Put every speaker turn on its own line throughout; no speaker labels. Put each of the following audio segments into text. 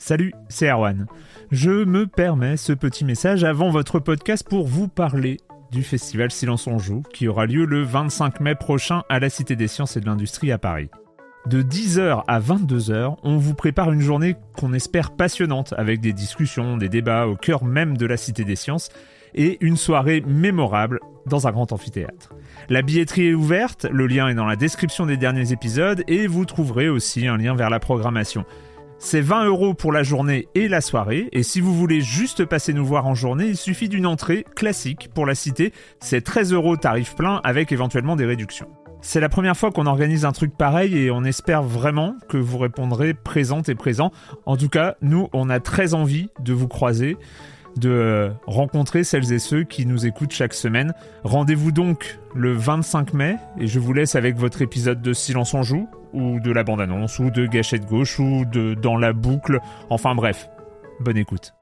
Salut, c'est Erwan. Je me permets ce petit message avant votre podcast pour vous parler du festival Silence on Joue qui aura lieu le 25 mai prochain à la Cité des Sciences et de l'Industrie à Paris. De 10h à 22h, on vous prépare une journée qu'on espère passionnante avec des discussions, des débats au cœur même de la Cité des Sciences et une soirée mémorable dans un grand amphithéâtre. La billetterie est ouverte, le lien est dans la description des derniers épisodes et vous trouverez aussi un lien vers la programmation. C'est 20 € pour la journée et la soirée, et si vous voulez juste passer nous voir en journée, il suffit d'une entrée classique pour la Cité, c'est 13 € tarif plein avec éventuellement des réductions. C'est la première fois qu'on organise un truc pareil et on espère vraiment que vous répondrez présentes et présents. En tout cas, nous, on a très envie de vous croiser, de rencontrer celles et ceux qui nous écoutent chaque semaine. Rendez-vous donc le 25 mai et je vous laisse avec votre épisode de Silence on Joue, ou de la bande-annonce, ou de Gâchette Gauche, ou de Dans la boucle. Enfin bref, bonne écoute.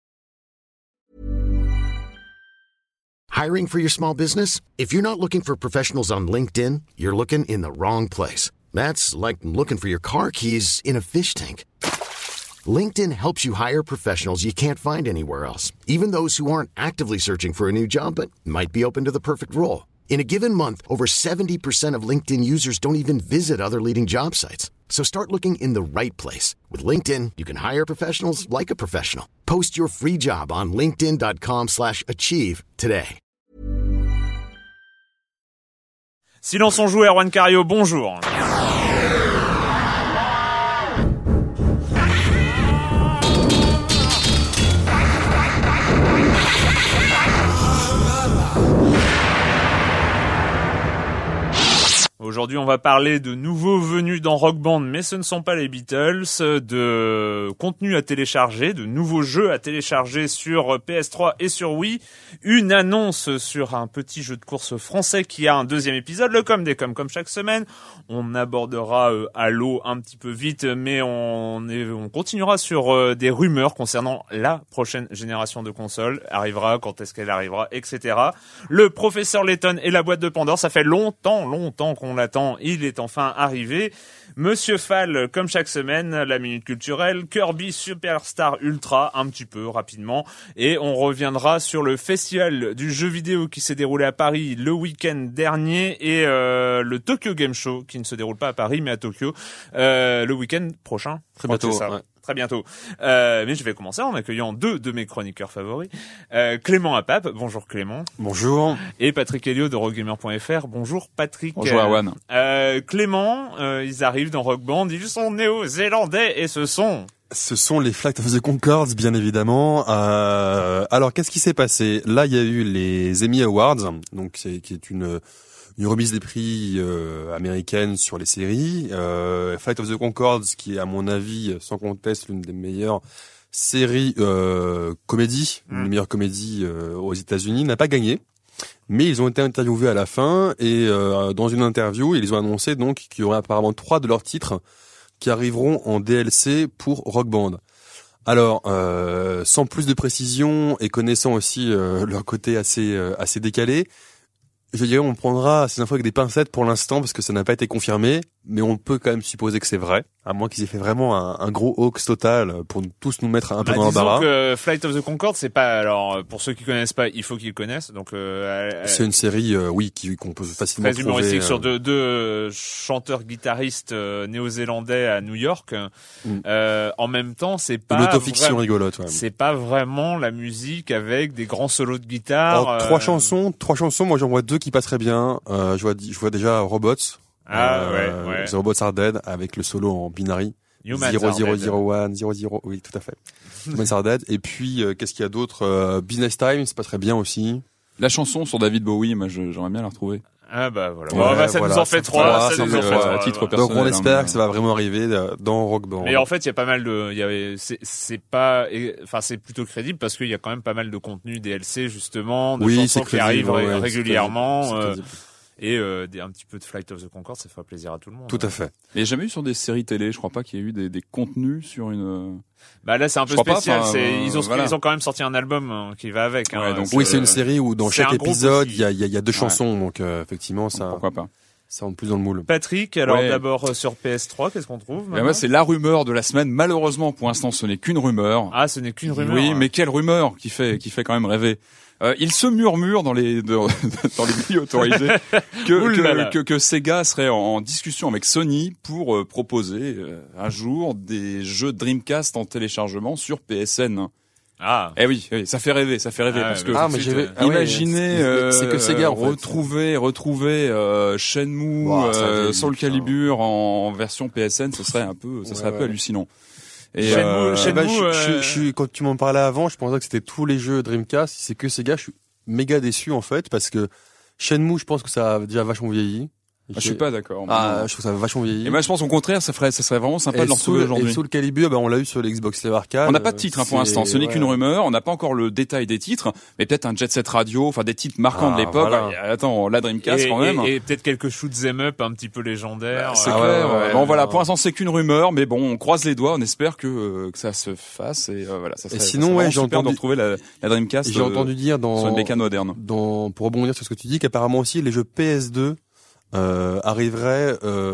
Hiring for your small business? If you're not looking for professionals on LinkedIn, you're looking in the wrong place. That's like looking for your car keys in a fish tank. LinkedIn helps you hire professionals you can't find anywhere else, even those who aren't actively searching for a new job but might be open to the perfect role. In a given month, over 70% of LinkedIn users don't even visit other leading job sites. So start looking in the right place. With LinkedIn, you can hire professionals like a professional. Post your free job on linkedin.com/achieve today.
Silence on Joue, Erwan Cario, bonjour. Aujourd'hui, on va parler de nouveaux venus dans Rock Band, mais ce ne sont pas les Beatles, de contenu à télécharger, de nouveaux jeux à télécharger sur PS3 et sur Wii, une annonce sur un petit jeu de course français qui a un deuxième épisode, le Comme des Comme chaque semaine. On abordera Halo un petit peu vite, mais on continuera sur des rumeurs concernant la prochaine génération de consoles, arrivera, quand est-ce qu'elle arrivera, etc. Le professeur Layton et la boîte de Pandore, ça fait longtemps qu'on l'attend, il est enfin arrivé. Monsieur Fall, comme chaque semaine, la minute culturelle, Kirby Superstar Ultra, un petit peu rapidement, et on reviendra sur le festival du jeu vidéo qui s'est déroulé à Paris le week-end dernier et le Tokyo Game Show qui ne se déroule pas à Paris mais à Tokyo le week-end prochain.
Très bientôt.
Ouais. Très bientôt. Mais je vais commencer en accueillant deux de mes chroniqueurs favoris. Clément Apap, bonjour Clément.
Bonjour.
Et Patrick Helio de rockgamer.fr, bonjour Patrick.
Bonjour Erwan.
Clément, ils arrivent dans Rock Band, ils sont néo-zélandais et ce sont
les Flight of the Conchords, bien évidemment. Alors, qu'est-ce qui s'est passé? Là, il y a eu les Emmy Awards, donc qui est une remise des prix américaine sur les séries. Flight of the Conchords, qui est à mon avis, sans conteste, l'une des meilleures séries comédies, une des meilleures comédies aux États-Unis, n'a pas gagné. Mais ils ont été interviewés à la fin et dans une interview, ils ont annoncé donc qu'il y aurait apparemment 3 de leurs titres qui arriveront en DLC pour Rock Band. Alors, sans plus de précision et connaissant aussi leur côté assez décalé, je dirais on prendra ces infos avec des pincettes pour l'instant parce que ça n'a pas été confirmé, mais on peut quand même supposer que c'est vrai, à moins qu'ils aient fait vraiment un gros hoax total pour tous nous mettre un peu dans l'embarras.
Disons que Flight of the Conchords, c'est pas, alors pour ceux qui connaissent pas, il faut qu'ils connaissent. Donc
c'est une série qu'on peut facilement
très
trouver. Très
humoristique sur deux chanteurs guitaristes néo-zélandais à New York. En même temps, c'est pas
une autofiction rigolote. Ouais.
C'est pas vraiment la musique avec des grands solos de guitare.
Alors, trois chansons. Moi j'en vois 2 qui passeraient bien. Je vois déjà Robots.
Ouais.
The Robots Are Dead avec le solo en binary. 0001, 00, oui, tout à fait. Humans Are Dead. Et puis, qu'est-ce qu'il y a d'autre? Business Time, ça passerait bien aussi.
La chanson sur David Bowie, moi, j'aimerais bien la retrouver.
Ah bah voilà. Ça nous en fait 3. Ça nous en fait 3.
À titre personnel.
Donc on espère que ça va vraiment arriver dans Rock Band.
Mais en fait, il y a pas mal de, c'est plutôt crédible parce qu'il y a quand même pas mal de contenu DLC justement, de chansons qui arrivent régulièrement. Et un petit peu de Flight of the Conchords, ça fait plaisir à tout le monde.
Tout à fait.
Mais il n'y a jamais eu sur des séries télé, je crois pas qu'il y ait eu des contenus sur une...
Bah là c'est un peu spécial, ils ont quand même sorti un album qui va avec.
Ouais, donc, oui, c'est une série où dans chaque épisode il y a 2 chansons, donc effectivement ça.
Pourquoi pas.
Ça rentre plus dans le moule.
Patrick, alors
Ouais.
d'abord sur PS3, qu'est-ce qu'on trouve
Et moi, c'est la rumeur de la semaine. Malheureusement, pour l'instant, ce n'est qu'une rumeur.
Ah, ce n'est qu'une rumeur.
Oui, mais quelle rumeur qui fait quand même rêver. Il se murmure dans les dans les milieux autorisés que Sega serait en discussion avec Sony pour proposer un jour des jeux Dreamcast en téléchargement sur PSN.
Ah.
Eh oui, ça fait rêver parce que
mais j'avais
imaginez
c'est que Sega en fait.
retrouver Shenmue,
Wow, ça vieillit,
Soul Calibur en version PSN, ce serait un peu hallucinant. Et
Shenmue, quand tu m'en parlais avant, je pensais que c'était tous les jeux Dreamcast. Si c'est que Sega, je suis méga déçu en fait parce que Shenmue, je pense que ça a déjà vachement vieilli.
je suis pas d'accord.
Je trouve que ça a vachement vieilli.
Et moi, je pense au contraire, ça serait vraiment sympa de le retrouver aujourd'hui.
Et Soul Calibur, on l'a eu sur l'Xbox Live Arcade.
On n'a pas de titre pour l'instant, ce n'est qu'une rumeur, on n'a pas encore le détail des titres, mais peut-être un Jet Set Radio, enfin des titres marquants de l'époque.
Voilà.
Attends, la Dreamcast quand même.
Et peut-être quelques shoot'em up un petit peu légendaires.
C'est clair. Bon voilà, pour l'instant c'est qu'une rumeur, mais bon, on croise les doigts, on espère que ça se fasse et voilà. Ça serait,
sinon,
ça serait
j'ai
super
entendu
de retrouver la Dreamcast.
J'ai entendu dire
sur une bécane moderne.
pour rebondir sur ce que tu dis, qu'apparemment aussi les jeux PS2 arriverait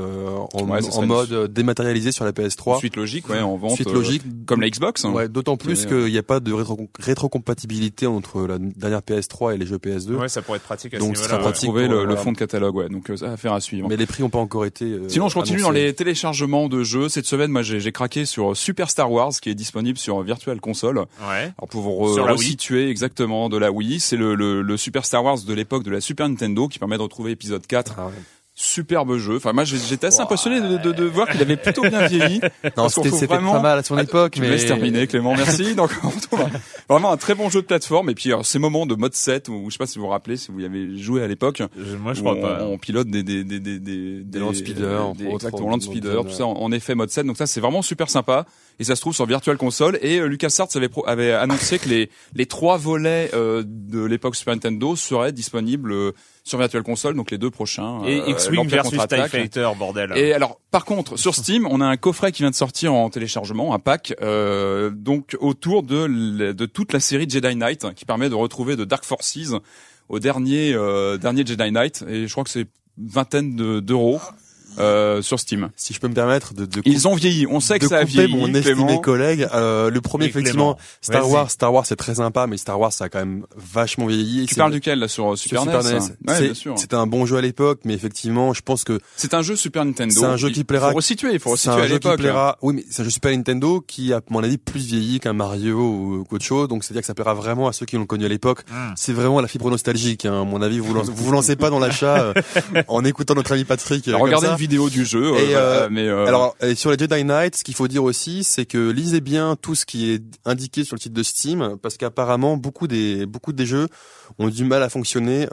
en mode dématérialisé sur la PS3.
Suite logique, en vente.
Suite logique,
comme la Xbox.
Ouais, d'autant plus qu'il n'y a pas de rétrocompatibilité entre la dernière PS3 et les jeux PS2.
Ouais, ça pourrait être pratique à
donc
ce
ce sera
niveau-là.
pratique
Trouver
pour,
le fond de catalogue, ouais. Donc ça va faire à suivre.
Mais les prix n'ont pas encore été.
Sinon, je continue
annoncés.
dans les téléchargements de jeux. Cette semaine, moi, j'ai craqué sur Super Star Wars, qui est disponible sur Virtual Console.
Ouais.
Alors pour vous
Sur la
resituer exactement de la Wii, c'est le Super Star Wars de l'époque de la Super Nintendo qui permet de retrouver épisode 4.
Ah ouais.
Superbe jeu. Enfin, moi, j'étais assez impressionné de voir qu'il avait plutôt bien vieilli.
Non, c'était pas mal à son époque,
Tu
mais
me laisses terminer, Clément. Merci. Donc, on retrouve vraiment un très bon jeu de plateforme. Et puis, alors, ces moments de mode 7 où, je sais pas si vous vous rappelez, si vous y avez joué à l'époque.
Moi, je crois pas.
On pilote des
Land Speeder,
exactement, Land Speeder, tout ça en effet mode 7. Donc ça, c'est vraiment super sympa. Et ça se trouve sur Virtual Console. Et LucasArts avait annoncé que les 3 volets de l'époque Super Nintendo seraient disponibles sur Virtual Console, donc les 2 prochains.
Et X-Wing versus TIE Fighter, bordel.
Et alors, par contre, sur Steam, on a un coffret qui vient de sortir en téléchargement, un pack, donc autour de toute la série Jedi Knight, qui permet de retrouver de Dark Forces au dernier Jedi Knight. Et je crois que c'est une vingtaine d'euros. Sur Steam.
Si je peux me permettre
ils ont vieilli. On sait que ça a vieilli.
Mon estimé collègue, le premier, effectivement, Star Wars, c'est très sympa, mais Star Wars, ça a quand même vachement vieilli.
Tu parles duquel, là, sur Super NES?
Ouais, bien sûr. C'était un bon jeu à l'époque, mais effectivement, je pense que
c'est un jeu Super Nintendo.
C'est un jeu qui plaira.
Il faut resituer à l'époque.
Oui, mais c'est un jeu Super Nintendo qui, à mon avis, plus vieilli qu'un Mario ou qu'autre chose. Donc, c'est-à-dire que ça plaira vraiment à ceux qui l'ont connu à l'époque. C'est vraiment la fibre nostalgique, hein. À mon avis, vous lancez pas dans l'achat, en écoutant notre ami Patrick.
Regardez une vidéo du jeu.
Alors, sur les Jedi Knight, ce qu'il faut dire aussi, c'est que lisez bien tout ce qui est indiqué sur le site de Steam, parce qu'apparemment beaucoup des jeux ont du mal à fonctionner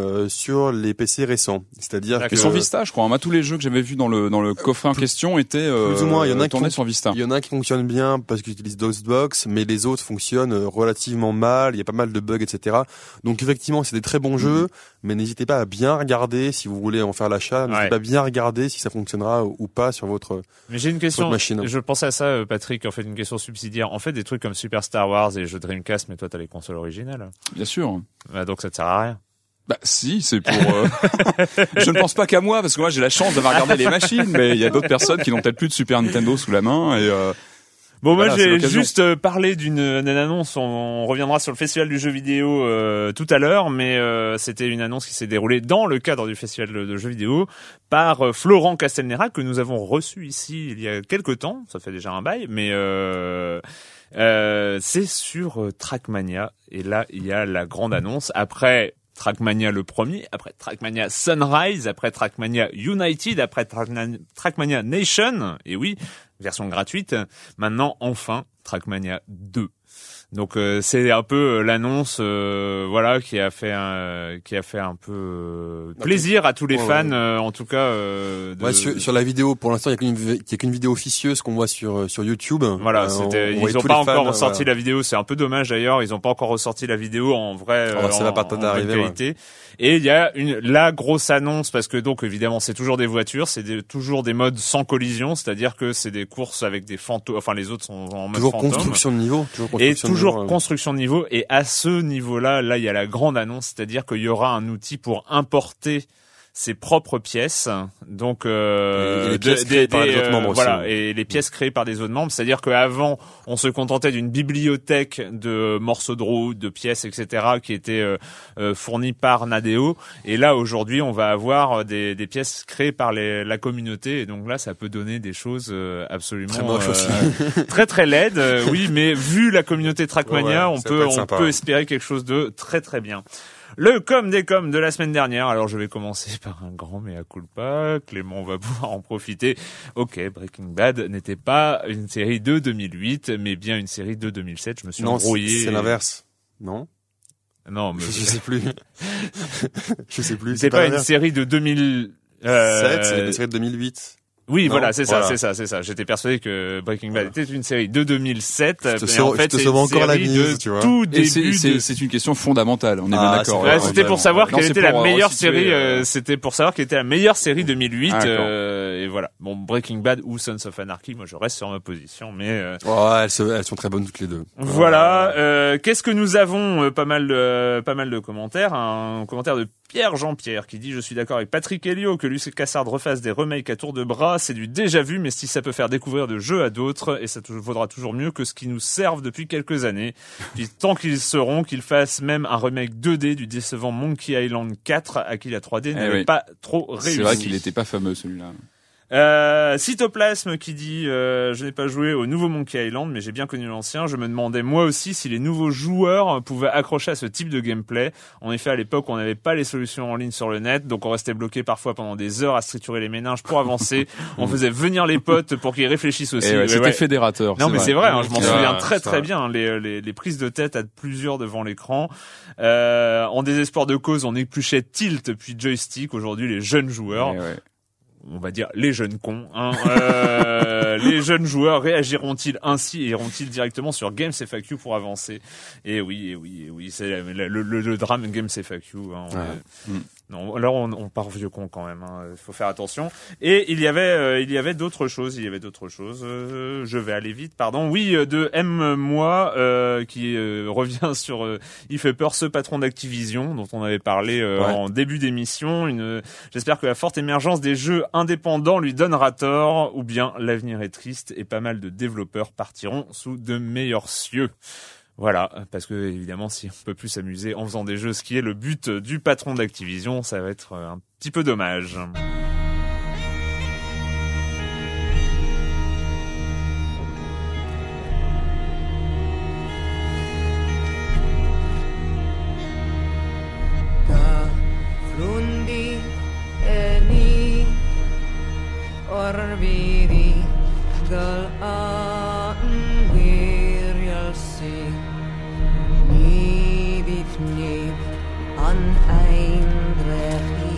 sur les PC récents. C'est-à-dire que
sur Vista, je crois. Moi, tous les jeux que j'avais vus dans le coffret en question étaient
plus ou moins. Il y en a
tournés sur Vista.
Il y en a qui fonctionnent bien parce qu'ils utilisent DOSBox, mais les autres fonctionnent relativement mal. Il y a pas mal de bugs, etc. Donc effectivement, c'est des très bons jeux, mais n'hésitez pas à bien regarder si vous voulez en faire l'achat. N'hésitez pas à bien regarder si ça fonctionnera ou pas sur votre.
Mais j'ai une question.
Machine.
Je pensais à ça, Patrick. En fait, une question subsidiaire. En fait, des trucs comme Super Star Wars et les jeux Dreamcast, mais toi, t'as les consoles originales.
Bien sûr.
Bah, donc ça te sert à rien.
Bah si, c'est pour. Je ne pense pas qu'à moi parce que moi j'ai la chance d'avoir regardé les machines, mais il y a d'autres personnes qui n'ont peut-être plus de Super Nintendo sous la main et.
Bon, voilà, moi, j'ai juste parlé d'une annonce. On reviendra sur le festival du jeu vidéo tout à l'heure, mais c'était une annonce qui s'est déroulée dans le cadre du festival de jeux vidéo par Florent Castelnera, que nous avons reçu ici il y a quelque temps. Ça fait déjà un bail, mais c'est sur Trackmania. Et là, il y a la grande annonce. Après Trackmania le premier, après Trackmania Sunrise, après Trackmania United, après Trackmania Nation, et oui, version gratuite. Maintenant, enfin, Trackmania 2. Donc c'est un peu l'annonce voilà qui a fait un peu plaisir à tous les fans en tout cas
sur la vidéo pour l'instant il y a qu'une vidéo officieuse qu'on voit sur YouTube.
Voilà, ils ont pas encore ressorti la vidéo, c'est un peu dommage d'ailleurs, ils ont pas encore ressorti la vidéo en vrai
ça va pas tarder à arriver,
qualité. Et il y a la grosse annonce parce que donc évidemment c'est toujours des voitures, toujours des modes sans collision, c'est-à-dire que c'est des courses avec des fantômes, enfin les autres sont en mode
toujours
fantôme.
Construction de niveau,
construction de niveau, et à ce niveau-là, il y a la grande annonce, c'est-à-dire qu'il y aura un outil pour importer ses propres pièces, donc
et les pièces créées par les autres membres
voilà,
aussi.
et les pièces créées par des autres membres. C'est-à-dire qu'avant, on se contentait d'une bibliothèque de morceaux de route, de pièces, etc., qui étaient fournies par Nadeo. Et là, aujourd'hui, on va avoir des pièces créées par la communauté. Et donc là, ça peut donner des choses absolument
Très moche aussi.
très très laides. Oui, mais vu la communauté Trackmania,
Ouais,
on
ça peut être
peut
sympa.
espérer quelque chose de très très bien. Le com des coms de la semaine dernière. Alors je vais commencer par un grand mea culpa. Clément va pouvoir en profiter. Ok, Breaking Bad n'était pas une série de 2008, mais bien une série de 2007. Je me suis
Non,
embrouillé.
c'est l'inverse. Non?
Non, mais
Je sais plus. Je sais plus.
c'est pas une
l'inverse.
série de 2000.
7, c'est une série de 2008.
Oui,
Non,
voilà, c'est ça. J'étais persuadé que Breaking Bad était une série de 2007.
Je te
mais en fait,
te
c'est
sauve
une
encore la
série
mise,
de
tu vois.
tout
Et
début de...
c'est une question fondamentale, on est bien
Ah,
d'accord.
c'est
Ouais,
vrai,
c'était pour savoir
Non,
quelle
c'est
était la
pour
meilleure
resituer,
série. C'était pour savoir quelle était la meilleure série 2008.
D'accord.
Et voilà. Bon, Breaking Bad ou Sons of Anarchy, moi je reste sur ma position, mais
Ouais, elles sont très bonnes toutes les deux.
voilà. Qu'est-ce que nous avons pas mal de commentaires. Un commentaire de Pierre Jean-Pierre qui dit: je suis d'accord avec Patrick Helio que Luc Cassard refasse des remakes à tour de bras, c'est du déjà vu, mais si ça peut faire découvrir de jeux à d'autres, et ça vaudra toujours mieux que ce qui nous servent depuis quelques années. Puis tant qu'ils seront, qu'ils fassent même un remake 2D du décevant Monkey Island 4 à qui la 3D n'avait
oui.
pas trop réussi.
C'est vrai qu'il était pas fameux celui-là.
Cytoplasme qui dit je n'ai pas joué au nouveau Monkey Island mais j'ai bien connu l'ancien. Je me demandais moi aussi si les nouveaux joueurs pouvaient accrocher à ce type de gameplay. En effet, à l'époque, on n'avait pas les solutions en ligne sur le net, donc on restait bloqué parfois pendant des heures à se triturer les méninges pour avancer. On faisait venir les potes pour qu'ils réfléchissent aussi.
Et c'était
Ouais.
fédérateur.
Non mais c'est vrai, hein, je m'en
Ouais,
souviens
c'est
très
vrai.
bien, les prises de tête à plusieurs devant l'écran. En désespoir de cause, on épluchait tilt puis joystick. Aujourd'hui, les jeunes joueurs, on va dire les jeunes cons, hein, les jeunes joueurs réagiront-ils ainsi et iront-ils directement sur Games FAQ pour avancer? Et oui, c'est le drame Games FAQ. Hein, non, alors on part vieux con quand même. Il faut faire attention. Et il y avait d'autres choses. Je vais aller vite. Pardon. Oui, de M moi qui revient sur il fait peur ce patron d'Activision dont on avait parlé en début d'émission. J'espère que la forte émergence des jeux indépendants lui donnera tort, ou bien l'avenir est triste et pas mal de développeurs partiront sous de meilleurs cieux. Voilà, parce que évidemment, si on peut plus s'amuser en faisant des jeux, ce qui est le but du patron d'Activision, ça va être un petit peu dommage.
Flundi eni orbiri gal anwirialsi ni bifni an eindrechi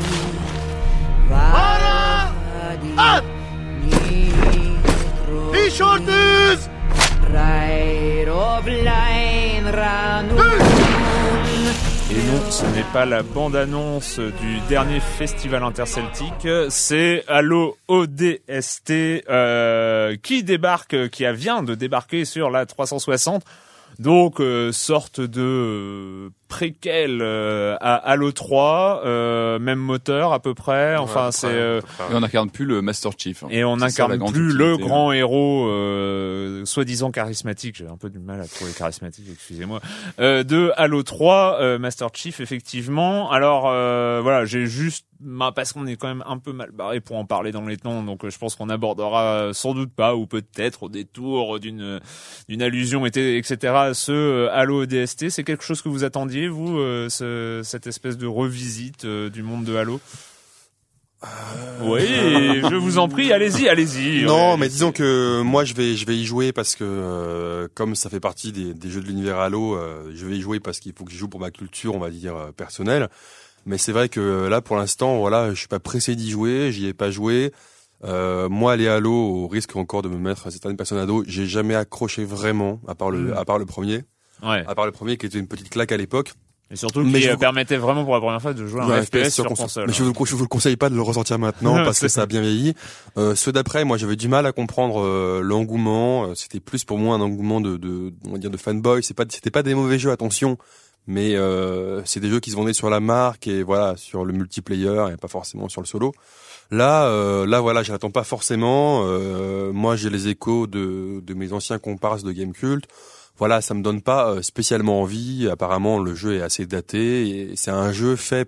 varadi ni
T-shirts!
Ride of line ranun.
Et non, ce n'est pas la bande-annonce du dernier festival interceltique, c'est Halo ODST qui vient de débarquer sur la 360. Donc sorte de préquel à Halo 3, même moteur à peu près. Enfin
Ouais,
Et on n'incarne plus le Master Chief.
et on
C'est ça, la
n'incarne
grande
plus le
utilité.
grand héros soi-disant charismatique, j'ai un peu du mal à trouver charismatique, excusez-moi, de Halo 3, Master Chief effectivement. Alors voilà, j'ai juste parce qu'on est quand même un peu mal barré pour en parler dans les temps, donc je pense qu'on abordera sans doute pas, ou peut-être au détour d'une allusion etc. ce Halo ODST. C'est quelque chose que vous attendiez, vous, cette espèce de revisite du monde de Halo? Oui, je vous en prie, allez-y.
Non,
Ouais.
mais disons que moi je vais y jouer parce que comme ça fait partie des jeux de l'univers Halo, je vais y jouer parce qu'il faut que j'y joue pour ma culture, on va dire personnelle. Mais c'est vrai que là pour l'instant, voilà, je suis pas pressé d'y jouer, j'y ai pas joué. Moi les Halo, au risque encore de me mettre à certaines personnes à dos, j'ai jamais accroché vraiment à part le premier,
Ouais.
à part le premier qui était une petite claque à l'époque.
Et surtout
Mais
qui
je vous-
permettait vraiment pour la première fois de jouer
Ouais,
un FPS sur console.
Mais je vous le conseille pas de le ressortir maintenant parce que ça a bien vieilli. Ceux d'après, moi, j'avais du mal à comprendre l'engouement. C'était plus pour moi un engouement on va dire de fanboy. C'était pas des mauvais jeux, attention, mais c'est des jeux qui se vendaient sur la marque et voilà, sur le multiplayer et pas forcément sur le solo. Là, voilà, je l'attends pas forcément. Moi, j'ai les échos de mes anciens comparses de Gamecult. Voilà, ça me donne pas spécialement envie. Apparemment, le jeu est assez daté et c'est un jeu fait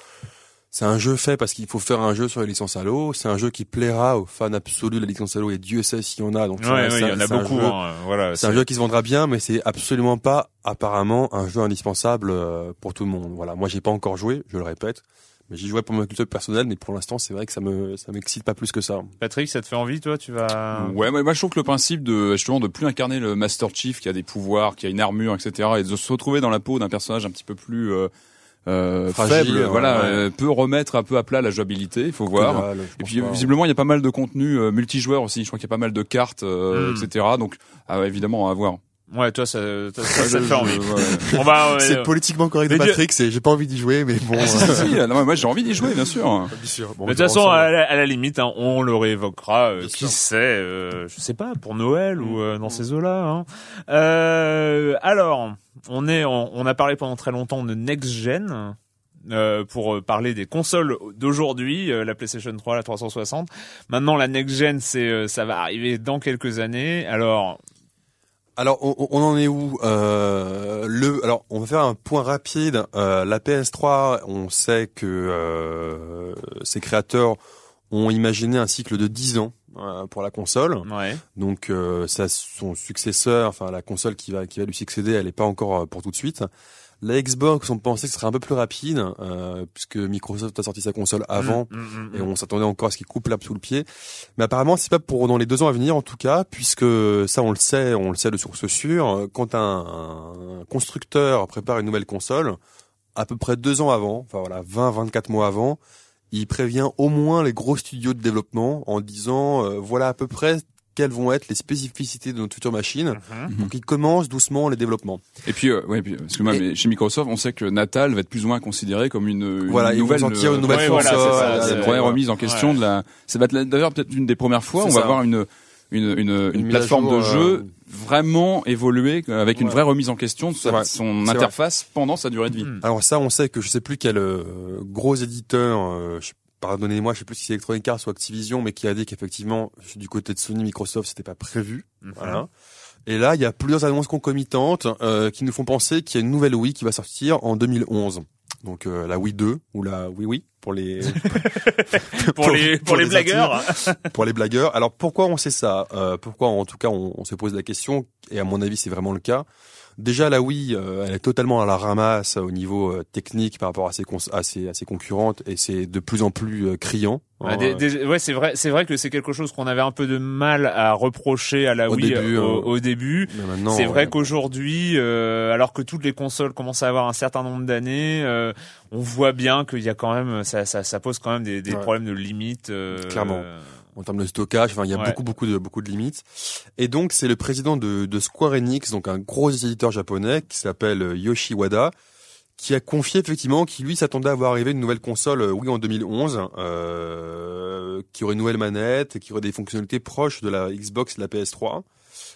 parce qu'il faut faire un jeu sur les licences Halo. C'est un jeu qui plaira aux fans absolus de la licence Halo et Dieu sait s'il y en a. Donc
il y en a beaucoup. Voilà,
c'est un jeu qui se vendra bien, mais c'est absolument pas apparemment un jeu indispensable pour tout le monde. Voilà, moi j'ai pas encore joué, je le répète. Mais j'y jouais pour ma culture personnelle, mais pour l'instant, c'est vrai que ça m'excite pas plus que ça.
Patrick, ça te fait envie, toi? Tu vas...
Ouais, moi, je trouve que le principe de plus incarner le Master Chief qui a des pouvoirs, qui a une armure, etc., et de se retrouver dans la peau d'un personnage un petit peu plus, fragile, faible, peut remettre un peu à plat la jouabilité, il faut voir. Et puis, visiblement, il y a pas mal de contenu, multijoueur aussi. Je crois qu'il y a pas mal de cartes, etc. Donc, évidemment, à voir.
Ouais, toi, ça te fait envie.
C'est politiquement correct de Patrick, j'ai pas envie d'y jouer, mais bon.
Non, moi, j'ai envie d'y jouer, bien sûr.
Bien sûr. Bon,
de toute façon, à la limite, on le réévoquera, qui sait, je sais pas, pour Noël ou dans ces eaux-là. Alors, on a parlé pendant très longtemps de next gen. Pour parler des consoles d'aujourd'hui, la PlayStation 3, la 360. Maintenant, la next gen, ça va arriver dans quelques années.
Alors, on en est où alors, on va faire un point rapide. La PS3, on sait que ses créateurs ont imaginé un cycle de 10 ans pour la console.
Ouais.
Donc, ça, son successeur, enfin la console qui va lui succéder, elle est pas encore pour tout de suite. La Xbox, on pensait que ce serait un peu plus rapide, puisque Microsoft a sorti sa console avant, et on s'attendait encore à ce qu'il coupe l'herbe sous le pied. Mais apparemment, c'est pas pour dans les 2 ans à venir, en tout cas, puisque ça, on le sait de source sûre. Quand un constructeur prépare une nouvelle console, à peu près 2 ans avant, enfin voilà, 20-24 mois avant, il prévient au moins les gros studios de développement en disant, voilà à peu près quelles vont être les spécificités de notre future machine. Donc, ils commencent doucement les développements.
Et puis, parce que même chez Microsoft, on sait que Natal va être plus ou moins considéré comme une
nouvelle
console.
Une nouvelle console.
C'est la première remise en question ça va être d'ailleurs peut-être une des premières fois où on va avoir une plateforme de jeu vraiment évoluée avec une vraie remise en question de son interface pendant sa durée de vie.
Alors ça, on sait que je sais plus quel gros éditeur, pardonnez-moi, je sais plus si c'est Electronic Arts ou Activision, mais qui a dit qu'effectivement, du côté de Sony, Microsoft, c'était pas prévu. Voilà. Et là, il y a plusieurs annonces concomitantes qui nous font penser qu'il y a une nouvelle Wii qui va sortir en 2011. Donc la Wii 2 ou la Wii pour les
pour les blagueurs.
Pour les blagueurs. Alors pourquoi on sait ça Pourquoi en tout cas on se pose la question, et à mon avis c'est vraiment le cas. Déjà la Wii, elle est totalement à la ramasse au niveau technique par rapport à ses concurrentes, et c'est de plus en plus criant.
Ouais, c'est vrai que c'est quelque chose qu'on avait un peu de mal à reprocher à la Wii au début. C'est vrai qu'aujourd'hui, alors que toutes les consoles commencent à avoir un certain nombre d'années, on voit bien qu'il y a quand même, ça pose quand même des problèmes de limites.
Clairement. En termes de stockage, enfin, il y a beaucoup de limites. Et donc, c'est le président de Square Enix, donc un gros éditeur japonais, qui s'appelle Yoshi Wada, qui a confié effectivement qu'il lui s'attendait à voir arriver une nouvelle console Wii en 2011, qui aurait une nouvelle manette, et qui aurait des fonctionnalités proches de la Xbox et de la PS3.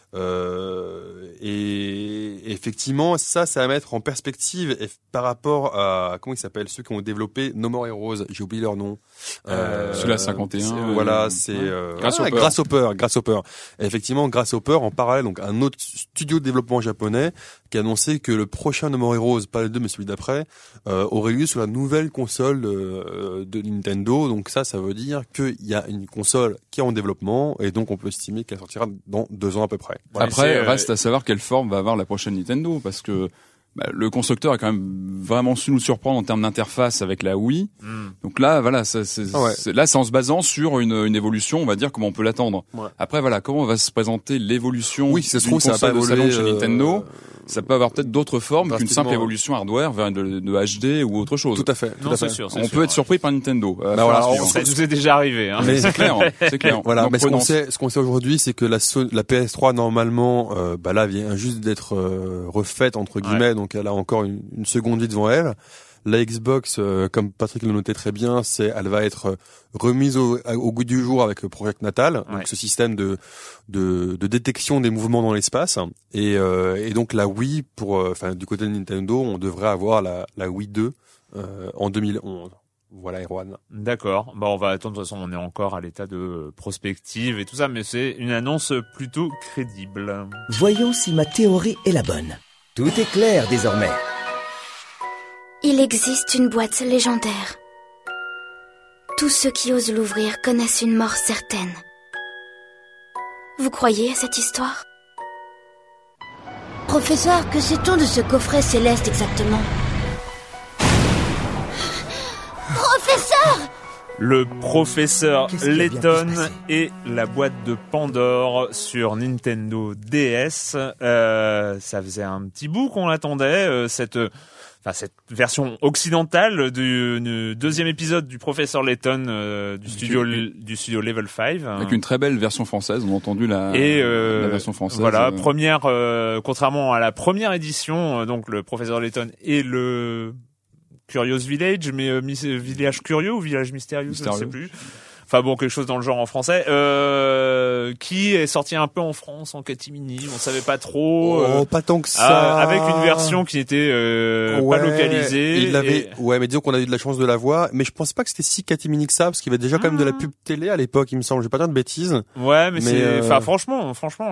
Et effectivement, ça va mettre en perspective par rapport à, comment ils s'appellent, ceux qui ont développé No More Heroes, j'ai oublié leur nom.
Celui-là 51.
Voilà, c'est Grasshopper. Et effectivement, Grasshopper en parallèle, donc un autre studio de développement japonais qui a annoncé que le prochain No More Heroes, pas le 2 mais celui d'après, aurait lieu sur la nouvelle console de Nintendo. Donc ça veut dire qu'il y a une console qui est en développement, et donc on peut estimer qu'elle sortira dans 2 ans à peu près.
Après, reste à savoir quelle forme va avoir la prochaine Nintendo, parce que le constructeur a quand même vraiment su nous surprendre en termes d'interface avec la Wii. Donc là, voilà, là, c'est en se basant sur une évolution, on va dire, comment on peut l'attendre. Après, voilà, comment va se présenter l'évolution d'une console de salon chez Nintendo. Ça peut avoir peut-être d'autres formes qu'une simple évolution hardware vers de HD ou autre chose.
Tout à fait.
C'est sûr,
on peut être surpris par Nintendo.
Ça nous est déjà arrivé. Hein.
Mais c'est clair.
Voilà.
Donc,
mais ce qu'on sait aujourd'hui, c'est que la PS3 normalement, là vient juste d'être refaite entre guillemets, donc elle a encore une seconde vie devant elle. La Xbox, comme Patrick le notait très bien, elle va être remise au goût du jour avec Project Natal, donc ce système de détection des mouvements dans l'espace. Et donc la Wii, du côté de Nintendo, on devrait avoir la Wii 2 en 2011. Voilà, Erwan.
D'accord. On va attendre. De toute façon, on est encore à l'état de prospective et tout ça, mais c'est une annonce plutôt crédible.
Voyons si ma théorie est la bonne. Tout est clair désormais.
Il existe une boîte légendaire. Tous ceux qui osent l'ouvrir connaissent une mort certaine. Vous croyez à cette histoire ?
Professeur, que sait-on de ce coffret céleste exactement ? Professeur !
Le professeur
Qu'est-ce qui a bien pu se
Layton
passer ?
et la boîte de Pandore sur Nintendo DS. Ça faisait un petit bout qu'on attendait, cette version occidentale du deuxième épisode du professeur Layton du studio Level 5.
Avec une très belle version française, on a entendu la version française.
Voilà, première, contrairement à la première édition, donc le professeur Layton et le Curious Village, mais Village Curieux ou Village Mystérieux, je ne sais plus. Enfin bon, quelque chose dans le genre en français, qui est sorti un peu en France en catimini, on savait pas trop.
Pas tant que ça.
Avec une version qui était pas localisée.
Ouais, mais disons qu'on a eu de la chance de la voir, mais je pense pas que c'était si catimini que ça, parce qu'il y avait déjà quand même de la pub télé à l'époque, il me semble. Je vais pas dire de bêtises.
Ouais, mais c'est, franchement,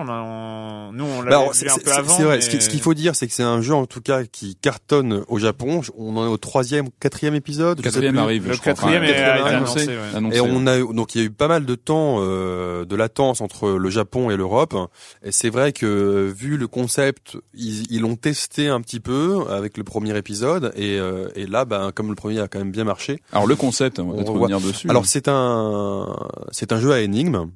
nous on l'a vu un peu avant.
C'est vrai.
Mais...
Ce qu'il faut dire, c'est que c'est un jeu en tout cas qui cartonne au Japon. On en est au 4e épisode.
Quatrième arrive.
Le quatrième est annoncé.
Et donc il y a eu pas mal de temps de latence entre le Japon et l'Europe. Et c'est vrai que vu le concept, ils l'ont testé un petit peu avec le premier épisode. Et là, comme le premier a quand même bien marché.
Alors le concept, on va peut-être revenir dessus.
Alors c'est un jeu à énigmes.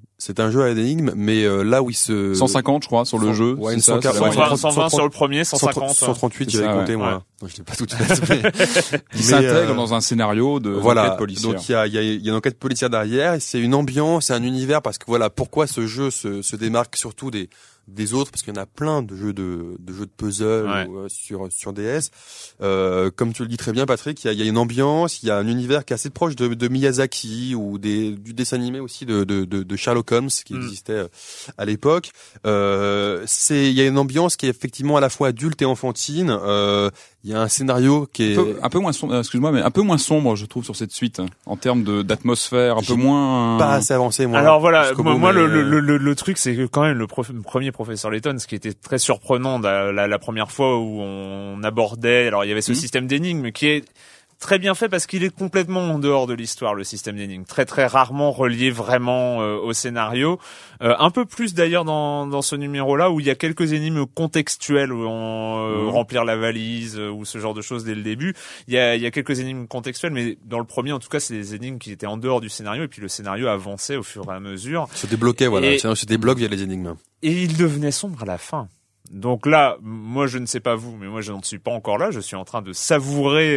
Mais là où il se...
150, je crois, sur le jeu.
Ouais, 120 sur le premier, 150.
138, j'avais compté, moi. Ouais. Non, je l'ai pas tout fait.
Il s'intègre dans un scénario d'enquête policière.
Donc il y a une enquête policière derrière, et c'est une ambiance, c'est un univers, parce que voilà, pourquoi ce jeu se démarque surtout des autres, parce qu'il y en a plein de jeux de puzzle sur DS. Comme tu le dis très bien, Patrick, il y a une ambiance, il y a un univers qui est assez proche de Miyazaki ou du dessin animé aussi de Sherlock Holmes qui existait à l'époque. Il y a une ambiance qui est effectivement à la fois adulte et enfantine. Il y a un scénario qui est
un peu moins sombre, excuse-moi, mais un peu moins sombre, je trouve, sur cette suite, en termes d'atmosphère, un peu moins.
Pas assez avancé, moi.
Alors voilà, moi le truc, c'est que quand même le premier professeur Layton, ce qui était très surprenant la première fois où on abordait, alors il y avait ce système d'énigmes qui est très bien fait parce qu'il est complètement en dehors de l'histoire, le système d'énigmes. Très très rarement relié vraiment au scénario. Un peu plus d'ailleurs dans ce numéro-là où il y a quelques énigmes contextuelles où remplir la valise ou ce genre de choses dès le début. Il y a quelques énigmes contextuelles, mais dans le premier en tout cas c'est des énigmes qui étaient en dehors du scénario et puis le scénario avançait au fur et à mesure.
Se débloquait, voilà. Se débloque via les énigmes.
Et il devenait sombre à la fin. Donc là, moi je ne sais pas vous, mais moi je n'en suis pas encore là. Je suis en train de savourer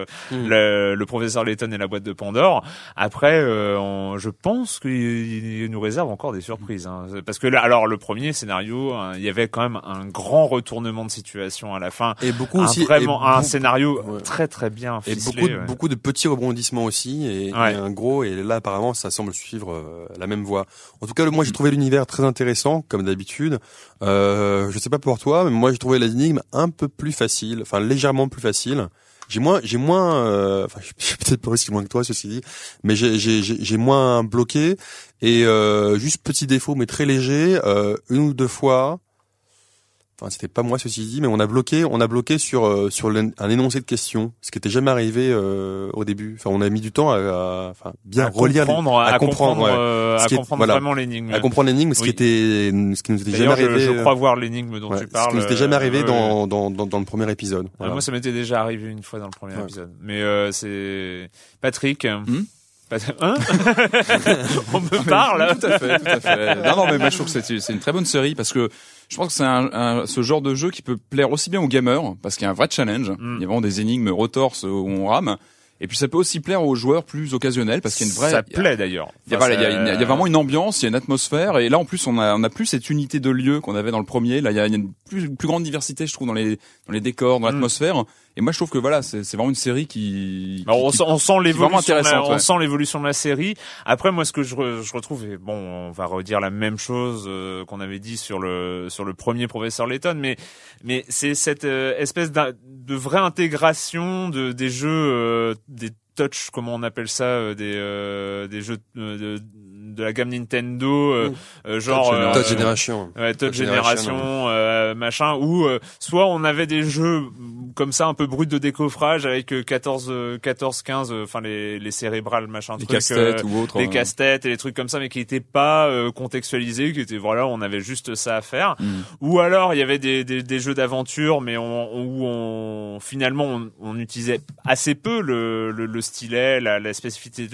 le professeur Layton et la boîte de Pandore. Après, je pense qu'il nous réserve encore des surprises, hein. Parce que là, alors le premier scénario, il y avait quand même un grand retournement de situation à la fin,
et beaucoup aussi,
un scénario très très bien ficelé,
et beaucoup de petits rebondissements aussi, et un gros. Et là, apparemment, ça semble suivre la même voie. En tout cas, moi j'ai trouvé l'univers très intéressant, comme d'habitude. Je sais pas pour toi, mais moi j'ai trouvé les énigmes un peu plus faciles, enfin légèrement plus faciles. J'ai moins, je suis peut-être pas aussi loin que toi, ceci dit, mais j'ai moins bloqué, et juste petit défaut, mais très léger, une ou deux fois. Enfin, c'était pas moi, ceci dit, mais on a bloqué sur un énoncé de questions, ce qui était jamais arrivé au début. Enfin, on a mis du temps à relire,
à comprendre vraiment l'énigme.
À comprendre l'énigme, ce qui nous était jamais arrivé.
Je crois voir l'énigme dont tu parles.
Ce qui nous était jamais arrivé dans le premier épisode. Voilà.
Moi, ça m'était déjà arrivé une fois dans le premier épisode. Mais c'est Patrick. On me parle.
Tout à fait. Non, mais moi je trouve que c'est une très bonne série parce que je pense que c'est ce genre de jeu qui peut plaire aussi bien aux gamers parce qu'il y a un vrai challenge. Il y a vraiment des énigmes retorses où on rame. Et puis ça peut aussi plaire aux joueurs plus occasionnels parce qu'il y a une vraie.
Ça plaît d'ailleurs.
Il y a vraiment une ambiance, il y a une atmosphère, et là en plus on a plus cette unité de lieu qu'on avait dans le premier. Là il y a une plus grande diversité, je trouve, dans les décors, dans l'atmosphère. Et moi je trouve que voilà, c'est vraiment une série qui
on sent l'évolution,
on
sent l'évolution de la série. Après moi ce que je retrouve, et bon, on va redire la même chose qu'on avait dit sur le premier Professeur Layton, mais c'est cette espèce de vraie intégration des jeux, des touch, comment on appelle ça, des jeux de la gamme Nintendo, genre
Touch Generation.
Ouais, Touch Generation, machin, où soit on avait des jeux comme ça un peu bruts de décoffrage avec 14 15 enfin les cérébrales machin,
des
trucs,
casse-têtes ou autres,
des casse-têtes et des trucs comme ça, mais qui étaient pas contextualisés, qui étaient voilà, on avait juste ça à faire. Ou alors il y avait des jeux d'aventure, mais où finalement on utilisait assez peu le stylet, la spécificité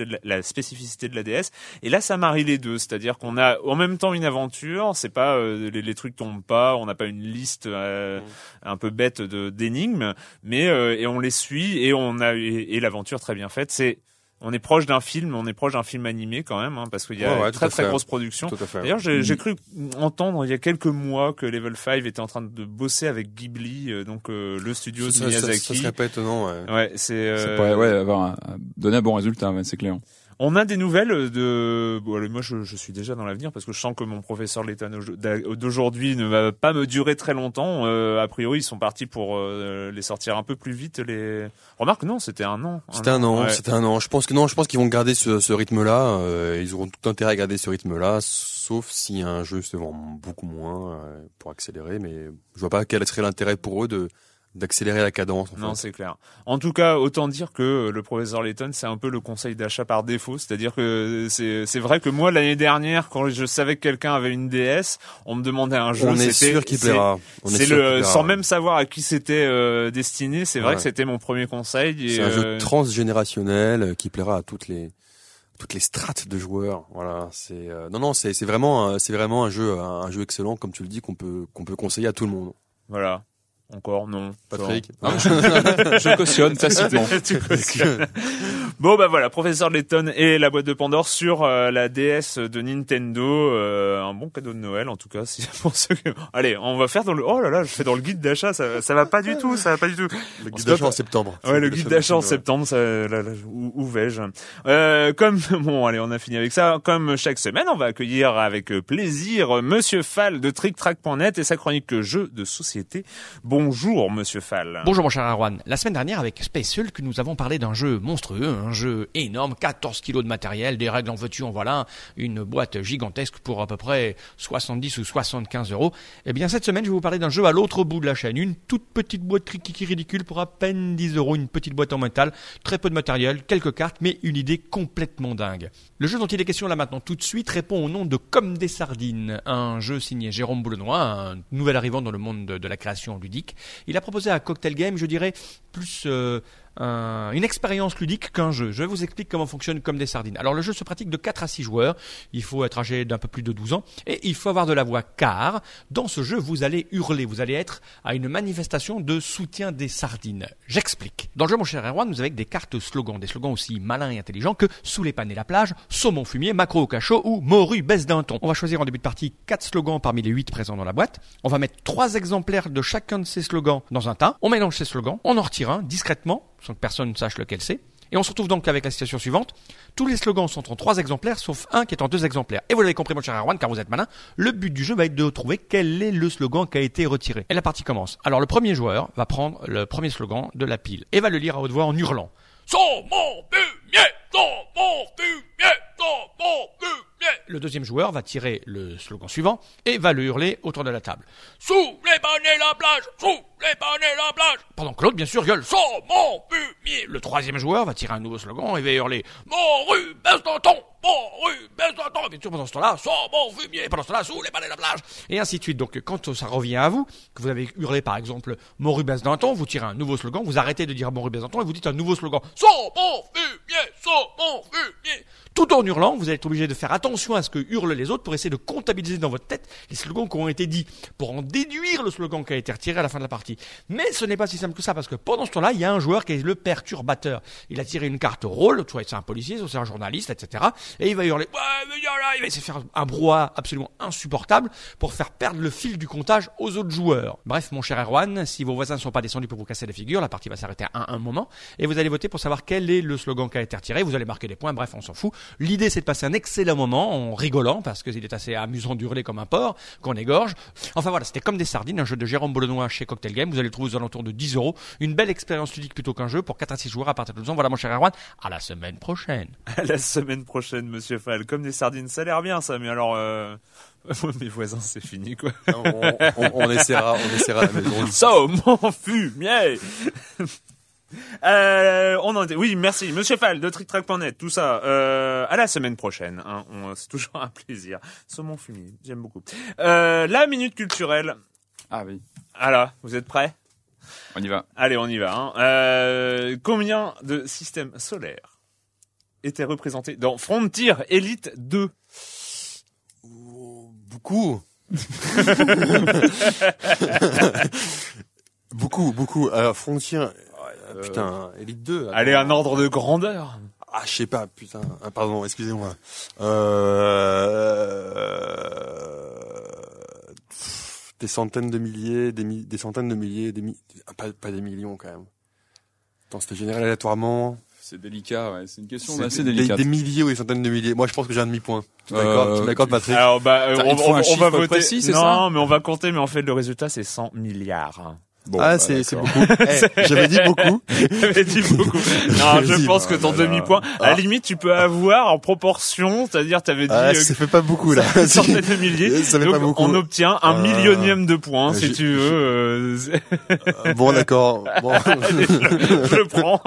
de la DS. Et là ça marie les deux, c'est-à-dire qu'on a en même temps une aventure, c'est pas les trucs tombent pas, on n'a pas une liste un peu bête d'énigmes, mais et on les suit, et et l'aventure très bien faite. On est proche d'un film animé quand même, hein, parce qu'il y a une très grosse production. D'ailleurs, j'ai cru entendre il y a quelques mois que Level 5 était en train de bosser avec Ghibli, donc le studio de Miyazaki.
Ça serait pas étonnant.
Ouais,
ça pourrait donner un bon résultat, c'est clair.
On a des nouvelles moi je suis déjà dans l'avenir parce que je sens que mon Professeur Layton d'aujourd'hui ne va pas me durer très longtemps. A priori, ils sont partis pour les sortir un peu plus vite. Remarque, non, c'était un an.
C'était un an. Je pense qu'ils vont garder ce rythme-là. Ils auront tout intérêt à garder ce rythme-là, sauf si un jeu se vend beaucoup moins pour accélérer. Mais je vois pas quel serait l'intérêt pour eux d'accélérer la cadence.
Non, c'est clair. En tout cas, autant dire que le Professeur Layton, c'est un peu le conseil d'achat par défaut. C'est-à-dire que c'est vrai que moi, l'année dernière, quand je savais que quelqu'un avait une DS, on me demandait un jeu.
On est sûr qu'il plaira.
Sans même savoir à qui c'était destiné. C'est vrai que c'était mon premier conseil.
C'est un jeu transgénérationnel qui plaira à toutes les strates de joueurs. Voilà, c'est vraiment un jeu excellent, comme tu le dis, qu'on peut conseiller à tout le monde.
Voilà. Encore non.
Patrick.
Je cautionne tacitement.
Bon bah voilà, Professeur Layton et la boîte de Pandore sur la DS de Nintendo, un bon cadeau de Noël en tout cas, si pour ceux que... Allez, on va faire je fais dans le guide d'achat, ça va pas du tout,
Le guide d'achat en septembre.
Ouais, le guide d'achat en septembre, où vais-je allez, on a fini avec ça. Comme chaque semaine, on va accueillir avec plaisir Monsieur Fall de TrickTrack.net et sa chronique jeux de société. Bonjour Monsieur Fall.
Bonjour mon cher Erwan. La semaine dernière avec Space Hulk, nous avons parlé d'un jeu monstrueux, un jeu énorme, 14 kilos de matériel, des règles en veux-tu en voilà, une boîte gigantesque pour à peu près 70 ou 75 €. Eh bien cette semaine je vais vous parler d'un jeu à l'autre bout de la chaîne, une toute petite boîte qui ridicule pour à peine 10 €, une petite boîte en métal, très peu de matériel, quelques cartes, mais une idée complètement dingue. Le jeu dont il est question là maintenant tout de suite répond au nom de Comme des sardines, un jeu signé Jérôme Boulenois, un nouvel arrivant dans le monde de la création ludique. Il a proposé à Cocktail Game, je dirais, plus une expérience ludique qu'un jeu. Je vous explique comment fonctionne Comme des sardines. Alors le jeu se pratique de 4 à 6 joueurs, il faut être âgé d'un peu plus de 12 ans et il faut avoir de la voix car dans ce jeu vous allez hurler, vous allez être à une manifestation de soutien des sardines. J'explique. Dans le jeu mon cher Erwan, nous avons des cartes slogans, des slogans aussi malins et intelligents que sous les pannes et la plage, saumon fumier, maquereau au cachot ou morue baisse d'un ton. On va choisir en début de partie 4 slogans parmi les 8 présents dans la boîte. On va mettre 3 exemplaires de chacun de ces slogans dans un tas. On mélange ces slogans, on en retire un discrètement sans que personne ne sache lequel c'est. Et on se retrouve donc avec la situation suivante. Tous les slogans sont en 3 exemplaires, sauf un qui est en 2 exemplaires. Et vous l'avez compris, mon cher Erwan, car vous êtes malin, le but du jeu va être de trouver quel est le slogan qui a été retiré. Et la partie commence. Alors le premier joueur va prendre le premier slogan de la pile et va le lire à haute voix en hurlant. Saumon fumier, saumon fumier, saumon fumier. Le deuxième joueur va tirer le slogan suivant et va le hurler autour de la table. Sous les bonnets la plage, sous les bonnets la plage. Pendant que l'autre, bien sûr, gueule saumon fumier. Le troisième joueur va tirer un nouveau slogan et va hurler morue baisse d'un ton, morue baisse d'un ton. Et bien sûr, pendant ce temps-là, saumon fumier. Pendant ce temps-là, sous les bonnets la plage. Et ainsi de suite. Donc, quand ça revient à vous, que vous avez hurlé par exemple morue baisse d'un ton, vous tirez un nouveau slogan, vous arrêtez de dire morue baisse d'un ton et vous dites un nouveau slogan. Saumon fumier, saumon fumier. Tout en hurlant, vous allez être obligé de faire attention à ce que hurlent les autres pour essayer de comptabiliser dans votre tête les slogans qui ont été dits, pour en déduire le slogan qui a été retiré à la fin de la partie. Mais ce n'est pas si simple que ça, parce que pendant ce temps-là, il y a un joueur qui est le perturbateur. Il a tiré une carte rôle, soit c'est un policier, soit c'est un journaliste, etc. Et il va hurler, ouais, mais là, il va essayer de faire un brouhaha absolument insupportable pour faire perdre le fil du comptage aux autres joueurs. Bref, mon cher Erwan, si vos voisins ne sont pas descendus pour vous casser la figure, la partie va s'arrêter à un moment, et vous allez voter pour savoir quel est le slogan qui a été retiré. Vous allez marquer des points, bref, on s'en fout. L'idée, c'est de passer un excellent moment en rigolant, parce qu'il est assez amusant d'hurler comme un porc, qu'on égorge. Enfin voilà, c'était comme des sardines, un jeu de Jérôme Bolenois chez Cocktail Game. Vous allez le trouver aux alentours de 10€. Une belle expérience ludique plutôt qu'un jeu pour 4 à 6 joueurs à partir de 12 ans. Voilà, mon cher Erwan, à la semaine prochaine.
À la semaine prochaine, monsieur Fall. Comme des sardines, ça a l'air bien, ça, mais alors, mes voisins, c'est fini, quoi.
On essaiera à la maison.
Saumon fumier. On en était. Oui, merci, monsieur Fall de TrickTrack.net, tout ça. À la semaine prochaine. Hein. C'est toujours un plaisir. Saumon fumier, j'aime beaucoup. La minute culturelle.
Ah oui.
Alors, vous êtes prêts?
On y va.
Allez, on y va. Hein. Combien de systèmes solaires étaient représentés dans Frontier Elite 2?
Beaucoup. Beaucoup. Frontier. Putain, Elite 2. Attends.
Allez, un ordre de grandeur.
Ah, je sais pas, putain. Pardon, excusez-moi. Des centaines de milliers, des centaines de milliers, pas des millions quand même. Attends, c'était généré aléatoirement.
C'est délicat, ouais. C'est une question assez délicate.
Des milliers ou des centaines de milliers. Moi, je pense que j'ai un demi-point. Tu m'accordes, Patrick?
Alors, on va voter.
Précis, c'est
non,
ça
mais on va compter, mais en fait, le résultat, c'est 100 milliards.
Bon,
c'est beaucoup. J'avais dit beaucoup.
Non, je pense que ton demi-point, à la limite, tu peux avoir en proportion, c'est-à-dire, t'avais dit,
ça fait pas beaucoup, là.
Centaines de milliers.
Ça fait
donc,
pas beaucoup.
on obtient un millionième de points, si tu veux.
Bon, d'accord. Bon.
Je prends.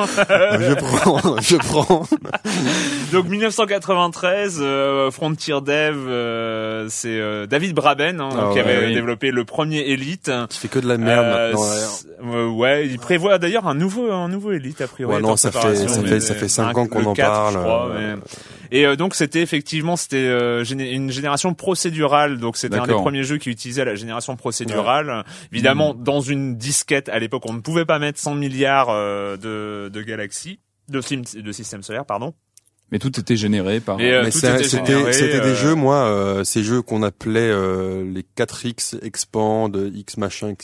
Je prends.
Donc, 1993, Frontier Dev, c'est David Braben, qui avait développé le premier Elite.
Qui fait que de la merde maintenant.
Ouais, il prévoit d'ailleurs un nouveau Elite a priori.
Ouais, non, ça fait 5 ans qu'on en 4, parle.
Je crois, Et donc c'était une génération procédurale, donc c'était un des premiers jeux qui utilisait la génération procédurale. Ouais. Évidemment, dans une disquette à l'époque, on ne pouvait pas mettre 100 milliards de galaxies, de systèmes solaires, pardon.
Mais tout était généré par.
Mais c'était des jeux, moi, ces jeux qu'on appelait les 4X expand, X machin.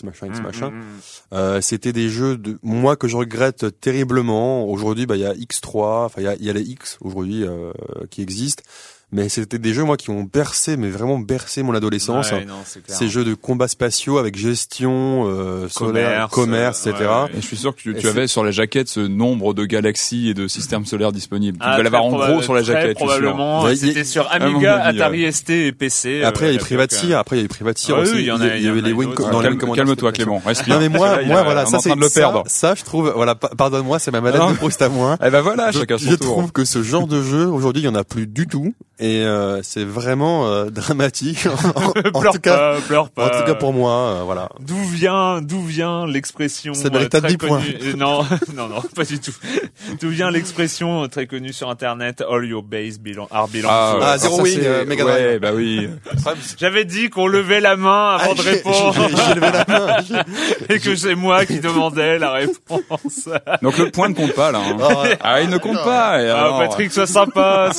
C'était des jeux que je regrette terriblement. Aujourd'hui, il y a X3, enfin il y a les X aujourd'hui qui existent. Mais c'était des jeux, moi, qui ont vraiment bercé mon adolescence.
Ouais, non, c'est clair.
Ces jeux de combats spatiaux avec gestion, solaire, commerce, etc.
Ouais. Et je suis sûr que tu avais sur la jaquette ce nombre de galaxies et de systèmes solaires disponibles. Tu devais l'avoir en gros sur la jaquette.
Probablement. C'était sur Amiga, Atari ST et PC.
Après, il y a eu Privateer. aussi.
Il y avait
les Wing dans les
Calme-toi, Clément. Respire.
Non, mais moi, voilà,
ça, c'est en train de le perdre.
Ça, je trouve, voilà, pardonne-moi, c'est ma maladie de Proust à moi.
Eh ben voilà, chacun son tour.
Je trouve que ce genre de jeu, aujourd'hui, il y en a plus du tout. Et c'est vraiment dramatique.
Pleure pas.
En tout cas pour moi, voilà.
D'où vient l'expression
ça mérite un demi-point.
Non, pas du tout. D'où vient l'expression très connue sur internet All your base are belong to
Zero Wing, Mega Drive.
Ouais, bah oui.
J'avais dit qu'on levait la main avant de répondre.
J'ai levé la main.
Et que c'est moi qui demandais la réponse.
Donc le point ne compte pas là. Hein. Il ne compte pas.
Patrick, sois sympa.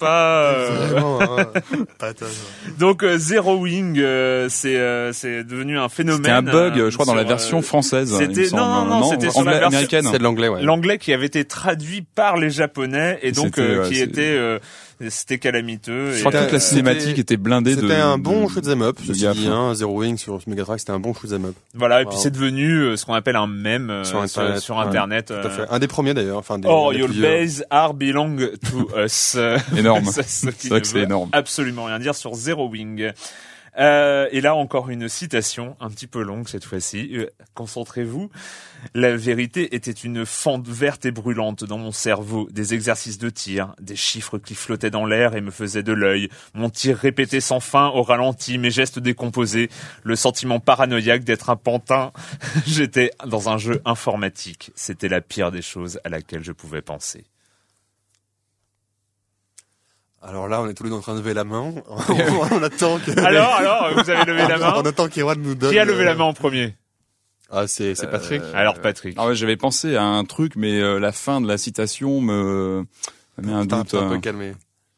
Donc Zero Wing, c'est devenu un phénomène.
C'était un bug, je crois, dans la version française.
C'était c'était sur la version
américaine.
C'est de l'anglais, ouais.
L'anglais qui avait été traduit par les Japonais et donc c'était calamiteux.
Je crois que toute la cinématique était blindée de.
C'était un bon shoot'em up. Ceci dit, Zero Wing sur Mega Drive, c'était un bon shoot'em up.
Voilà, et puis c'est devenu ce qu'on appelle un mème sur Internet.
Tout à fait. Un des premiers d'ailleurs. Enfin,
your base are belong to us.
Énorme. C'est vrai que c'est énorme.
Absolument rien dire sur Zero Wing. Et là encore une citation un petit peu longue cette fois-ci. Concentrez-vous. La vérité était une fente verte et brûlante dans mon cerveau, des exercices de tir, des chiffres qui flottaient dans l'air et me faisaient de l'œil, mon tir répété sans fin au ralenti, mes gestes décomposés, le sentiment paranoïaque d'être un pantin. J'étais dans un jeu informatique. C'était la pire des choses à laquelle je pouvais penser.
Alors là, on est tous les deux en train de lever la main. On attend que...
Alors, vous avez levé la main.
On attend qu'Erwan nous donne...
Qui a levé la main en premier?
Ah, c'est Patrick.
Alors, Patrick.
Ah ouais, j'avais pensé à un truc, mais la fin de la citation me met un doute.
Un peu calmé.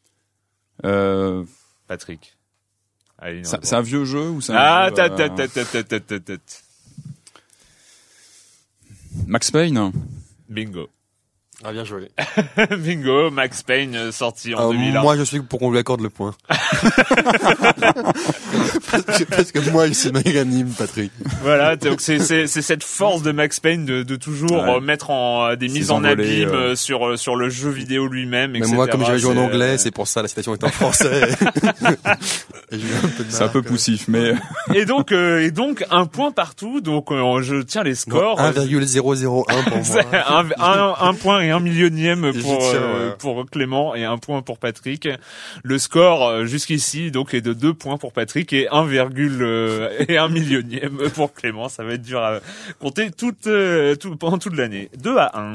Patrick. Allez,
c'est un vieux jeu ou c'est un jeu, Max Payne.
Bingo.
Ah, bien joué.
Bingo, Max Payne sorti en 2001.
Moi, je suis pour qu'on lui accorde le point. parce que moi, ici, magnanime, Patrick.
Voilà, donc c'est cette force de Max Payne de toujours mettre en des mises en abîme sur le jeu vidéo lui-même, etc.
Mais moi, comme j'avais joué en anglais, c'est pour ça la citation est en français. Et j'ai eu un peu de
c'est un peu poussif, mais...
Et donc, un point partout, donc je tiens les scores.
1,001 pour moi.
un point et un millionième pour Clément et un point pour Patrick. Le score jusqu'ici donc est de 2 points pour Patrick et 1 millionième pour Clément. Ça va être dur à compter pendant toute l'année. 2-1.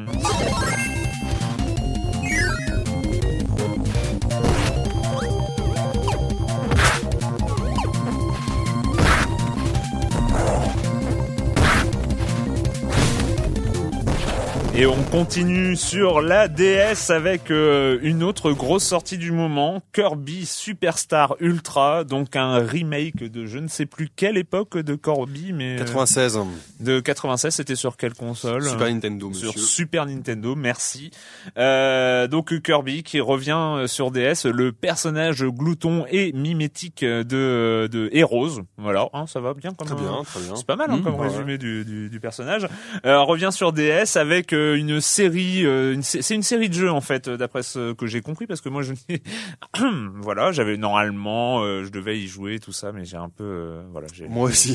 Et on continue sur la DS avec une autre grosse sortie du moment, Kirby Superstar Ultra, donc un remake de je ne sais plus quelle époque de Kirby, mais
96.
De 96, c'était sur quelle console?
Super Nintendo, monsieur.
Sur Super Nintendo, merci. Donc Kirby qui revient sur DS, le personnage glouton et mimétique de Heroes. Voilà, hein, ça va bien comme
très bien.
C'est pas mal comme résumé du personnage. Revient sur DS avec une série, c'est une série de jeux en fait, d'après ce que j'ai compris, parce que moi voilà, j'avais normalement, je devais y jouer tout ça, mais j'ai un peu, voilà.
Moi aussi,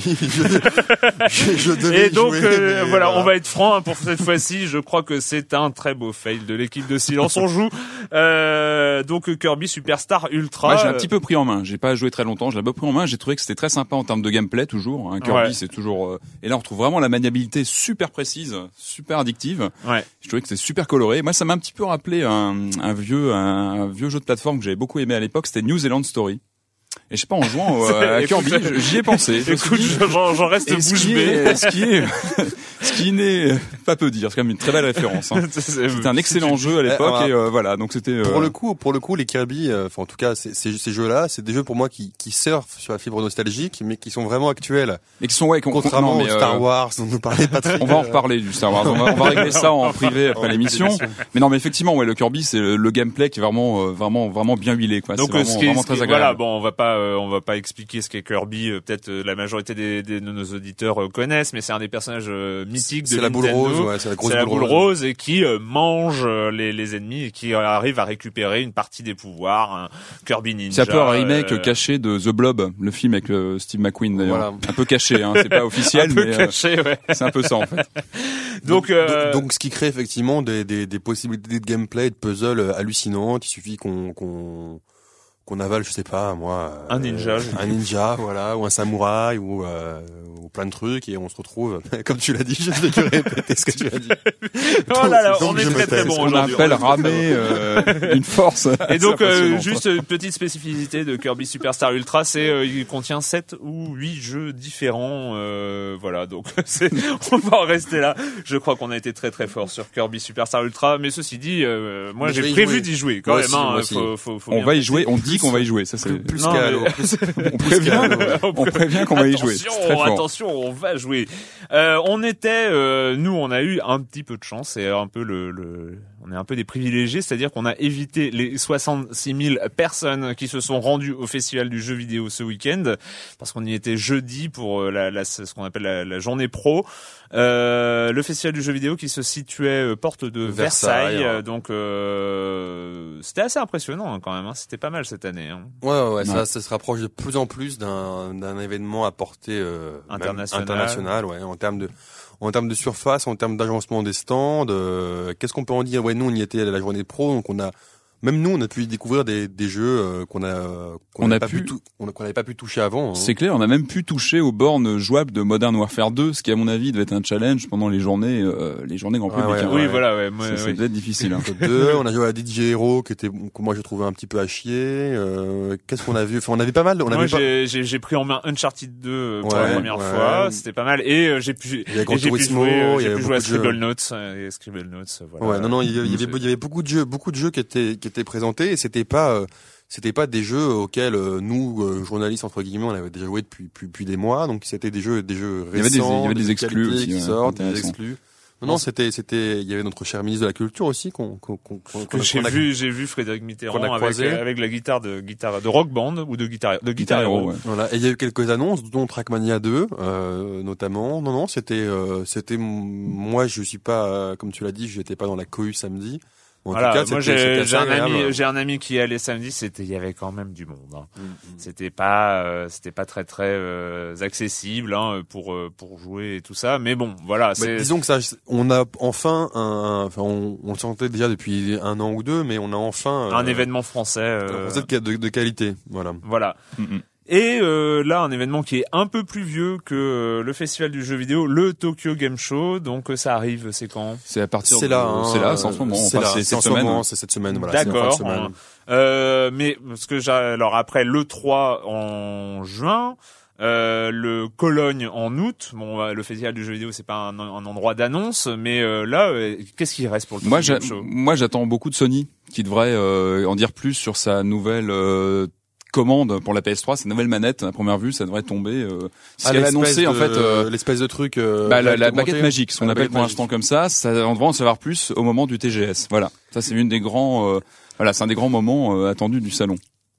je devais.
Et donc
y jouer,
voilà, on va être franc hein, pour cette fois-ci. Je crois que c'est un très beau fail de l'équipe de Silence on joue. Donc Kirby Superstar Ultra.
Moi, j'ai un petit peu pris en main. J'ai pas joué très longtemps. Je l'ai pas pris en main. J'ai trouvé que c'était très sympa en termes de gameplay toujours. Hein. Kirby, c'est toujours. Et là, on retrouve vraiment la maniabilité super précise, super addictive.
Ouais.
Je trouvais que c'était super coloré. Moi, ça m'a un petit peu rappelé un vieux jeu de plateforme que j'avais beaucoup aimé à l'époque. C'était New Zealand Story. Et je sais pas, en jouant à Kirby, j'y ai pensé.
Écoute, j'en reste bouche bée.
Ce qui n'est pas peu dire. C'est quand même une très belle référence. Hein. C'était un excellent jeu à l'époque et voilà. Donc c'était.
Pour le coup, les Kirby, en tout cas, ces jeux-là, c'est des jeux pour moi qui surfent sur la fibre nostalgique, mais qui sont vraiment actuels.
Et qui sont
contrairement au Star Wars dont nous parlait Patrick.
On va en reparler du Star Wars. On va régler ça en privé après l'émission. Mais non, mais effectivement, le Kirby, c'est le gameplay qui est vraiment bien huilé, quoi.
Donc
c'est vraiment très agréable.
Voilà, bon, on va pas expliquer ce qu'est Kirby. Peut-être la majorité de nos auditeurs connaissent, mais c'est un des personnages mythiques de Nintendo.
C'est la boule rose,
c'est la boule rose et qui mange les ennemis et qui arrive à récupérer une partie des pouvoirs. Kirby Ninja.
C'est un peu un remake caché de The Blob, le film avec Steve McQueen d'ailleurs. Voilà. Un peu caché, hein. C'est pas officiel,
un peu
mais
caché, ouais.
C'est un peu ça en fait.
Donc ce qui crée effectivement des possibilités de gameplay et de puzzle hallucinantes. Il suffit qu'on avale, je sais pas, moi,
un ninja,
voilà, ou un samouraï, ou plein de trucs, et on se retrouve, comme tu l'as dit, je vais te répéter ce que tu as dit.
Oh là là, on est très bon aujourd'hui.
On appelle ramer une force.
Et donc, juste une petite spécificité de Kirby Superstar Ultra, c'est il contient 7 ou 8 jeux différents, voilà, donc on va en rester là. Je crois qu'on a été très très fort sur Kirby Superstar Ultra, mais ceci dit, moi j'ai prévu d'y jouer quand même.
On va y jouer, on dit qu'on va y jouer, ça c'est
plus qu'à l'eau.
On prévient qu'on va y jouer.
Attention, on va jouer. Nous on a eu un petit peu de chance et un peu on est un peu des privilégiés, c'est-à-dire qu'on a évité les 66 000 personnes qui se sont rendues au festival du jeu vidéo ce week-end, parce qu'on y était jeudi pour ce qu'on appelle la journée pro. Le festival du jeu vidéo qui se situait porte de Versailles. Donc c'était assez impressionnant quand même. C'était pas mal cette année. Hein.
Ouais. Ça se rapproche de plus en plus d'un événement à portée internationale. Ouais, en termes de surface, en termes d'agencement des stands. Qu'est-ce qu'on peut en dire? Ouais, nous on y était à la journée pro, donc on a même nous, on a pu découvrir des jeux qu'on n'avait pas pu toucher avant. Hein.
C'est clair, on a même pu toucher aux bornes jouables de Modern Warfare 2, ce qui à mon avis devait être un challenge pendant les journées grand public. Hein.
Oui, voilà, ouais.
Ça devait être difficile. Hein.
On a joué à DJ Hero, que moi j'ai trouvé un petit peu à chier. Qu'est-ce qu'on a vu? Enfin, on avait pas mal.
J'ai pris en main Uncharted 2 pour la première fois. C'était pas mal. Et j'ai pu jouer à Scribble Notes. Voilà.
Ouais, il y avait beaucoup de jeux qui étaient présentés, et c'était pas des jeux auxquels nous journalistes entre guillemets on avait déjà joué depuis des mois, donc c'était des jeux récents.
Il y avait des exclus aussi,
qui sortent, des exclus. Non, c'était, il y avait notre cher ministre de la Culture aussi
j'ai vu Frédéric Mitterrand avec la guitare de Rock Band ou de guitare Hero.
Ouais. Voilà. Et il y a eu quelques annonces, dont Trackmania 2, notamment. Non, c'était, moi, je suis pas, comme tu l'as dit, j'étais pas dans la cohue samedi.
Voilà, tout cas, moi j'ai un ami qui allait samedi, il y avait quand même du monde. Hein. C'était pas très accessible pour jouer et tout ça, mais bon, voilà.
Disons que ça, on a enfin on le sentait déjà depuis 1 an ou 2, mais on a enfin
un événement français
de qualité, voilà.
Voilà. Et là, un événement qui est un peu plus vieux que le festival du jeu vidéo, le Tokyo Game Show. Donc ça arrive, c'est quand?
C'est à partir
c'est là,
c'est là, c'est en ce moment.
C'est cette semaine, voilà.
D'accord. Mais alors après le 3 en juin, le Cologne en août. Bon, le festival du jeu vidéo, c'est pas un endroit d'annonce, mais là, qu'est-ce qui reste pour le Tokyo Game Show?
Moi, j'attends beaucoup de Sony, qui devrait en dire plus sur sa nouvelle commande pour la PS3, cette nouvelle manette. À première vue, ça devrait tomber. Ce qu'elle a annoncé, en fait,
l'espèce de truc.
La baguette magique, ce qu'on appelle pour l'instant comme ça. On devrait en savoir plus au moment du TGS. Voilà. Ça, c'est une des grands. C'est un des grands moments attendus du salon.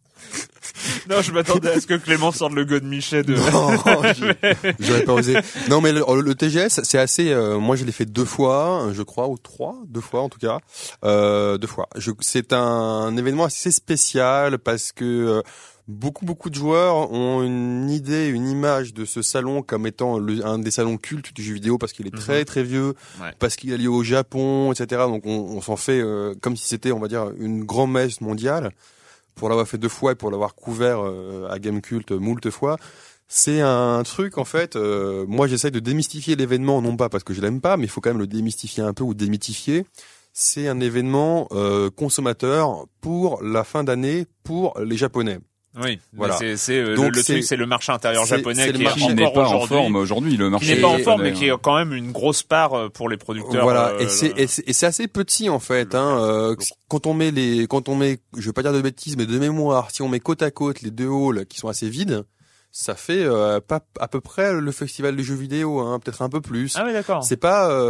Non, je m'attendais à ce que Clément sorte le God Michel de...
Non, j'aurais pas osé. Non, mais le TGS, c'est assez, moi je l'ai fait 2 fois, je crois, ou 2 fois en tout cas. 2 fois. C'est un événement assez spécial parce que, beaucoup de joueurs ont une idée, une image de ce salon comme étant un des salons cultes du jeu vidéo parce qu'il est très très vieux, parce qu'il est lié au Japon, etc. Donc on s'en fait comme si c'était, on va dire, une grand-messe mondiale. Pour l'avoir fait 2 fois et pour l'avoir couvert à Gamecult moult fois, c'est un truc en fait. Moi, j'essaye de démystifier l'événement, non pas parce que je l'aime pas, mais il faut quand même le démystifier un peu ou démythifier. C'est un événement consommateur pour la fin d'année pour les Japonais.
Oui,
voilà.
Donc c'est le marché intérieur japonais
qui n'est pas en forme aujourd'hui. Le marché
qui n'est pas en forme, mais qui est quand même une grosse part pour les producteurs.
Voilà, et c'est assez petit en fait. Quand on met, je vais pas dire de bêtises, mais de mémoire, si on met côte à côte les 2 halls qui sont assez vides, ça fait pas à peu près le festival du jeu vidéo, peut-être un peu plus.
Ah oui, d'accord.
C'est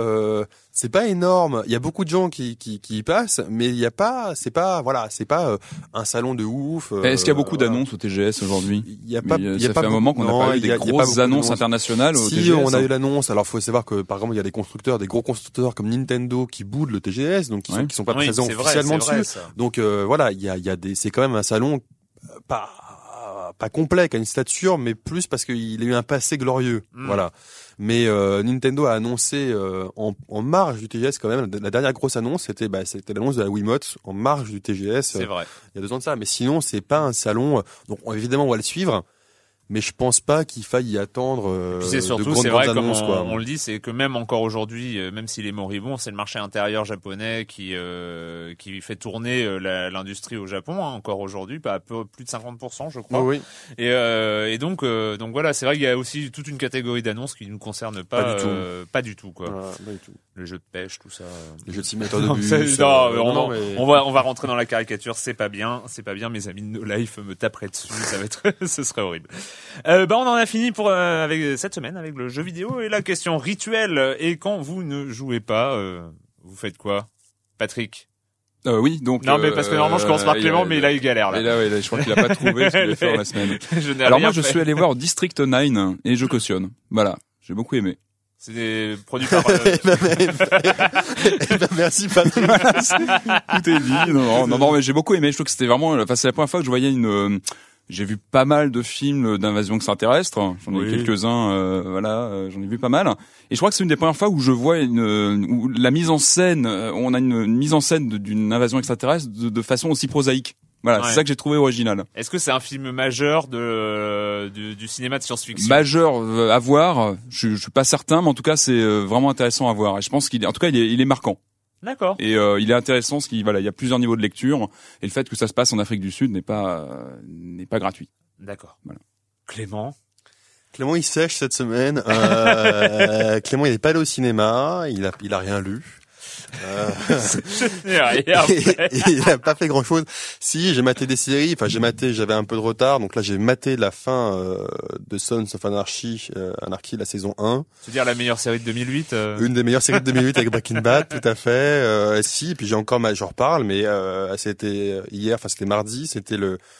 pas énorme. Il y a beaucoup de gens qui y passent, mais c'est pas un salon de ouf.
Est-ce qu'il y a beaucoup d'annonces au TGS aujourd'hui?
Ça fait
un moment qu'on n'a pas eu des grosses annonces internationales au TGS.
Si, on a eu l'annonce. Alors, faut savoir que, par exemple, il y a des gros constructeurs comme Nintendo qui boudent le TGS, donc qui sont pas présents officiellement dessus. Donc, voilà, c'est quand même un salon pas complet, qui a une stature, mais plus parce qu'il a eu un passé glorieux. Voilà. Mais Nintendo a annoncé en marge du TGS quand même. La dernière grosse annonce, c'était l'annonce de la Wiimote en marge du TGS.
C'est vrai.
Il y a 2 ans de ça. Mais sinon, c'est pas un salon. Donc évidemment, on va le suivre. Mais je pense pas qu'il faille y attendre
c'est surtout,
de grandes
c'est vrai,
annonces,
comme
quoi.
on le dit, c'est que même encore aujourd'hui, même s'il est moribond, c'est le marché intérieur japonais qui fait tourner l'industrie au Japon, encore aujourd'hui, pas plus de 50%, je crois.
Oui.
Et donc voilà, c'est vrai qu'il y a aussi toute une catégorie d'annonces qui ne nous concerne pas du tout, quoi.
Voilà, pas du tout.
Le jeu de pêche, tout ça.
Les jeux de simulateur de bus.
On va rentrer dans la caricature, c'est pas bien, mes amis de No Life me taperaient dessus, ce serait horrible. On en a fini avec cette semaine avec le jeu vidéo et la question rituelle. Et quand vous ne jouez pas, vous faites quoi, Patrick?
Oui, donc.
Non, mais parce que normalement je commence par Clément, mais là il galère là.
Et là, je crois qu'il a pas trouvé ce qu'il devait faire la semaine. Alors moi, je suis allé voir District 9 et je cautionne. Voilà, j'ai beaucoup aimé.
C'est produit par...
Merci Patrick.
Tout est dit. Non, mais j'ai beaucoup aimé. Je trouve que c'était vraiment, c'est la première fois que je voyais J'ai vu pas mal de films d'invasion extraterrestre. J'en ai quelques-uns, j'en ai vu pas mal. Et je crois que c'est une des premières fois où je vois où la mise en scène, où on a une mise en scène d'une invasion extraterrestre de façon aussi prosaïque. Voilà, c'est ça que j'ai trouvé original.
Est-ce que c'est un film majeur du cinéma de science-fiction?
Majeur à voir, je suis pas certain, mais en tout cas c'est vraiment intéressant à voir. Et je pense il est marquant.
D'accord.
Et il est intéressant parce qu'il y a plusieurs niveaux de lecture et le fait que ça se passe en Afrique du Sud n'est pas gratuit.
D'accord.
Voilà.
Clément,
il sèche cette semaine. Clément, il est pas allé au cinéma, il a rien lu. Il a pas fait grand chose. Si, j'ai maté des séries, j'avais un peu de retard, donc là j'ai maté la fin de Sons of Anarchy, la saison 1.
C'est-à-dire la meilleure série de 2008
Une des meilleures séries de 2008 avec Breaking Bad, tout à fait. Si, puis j'en reparle, mais c'était hier, c'était mardi, c'était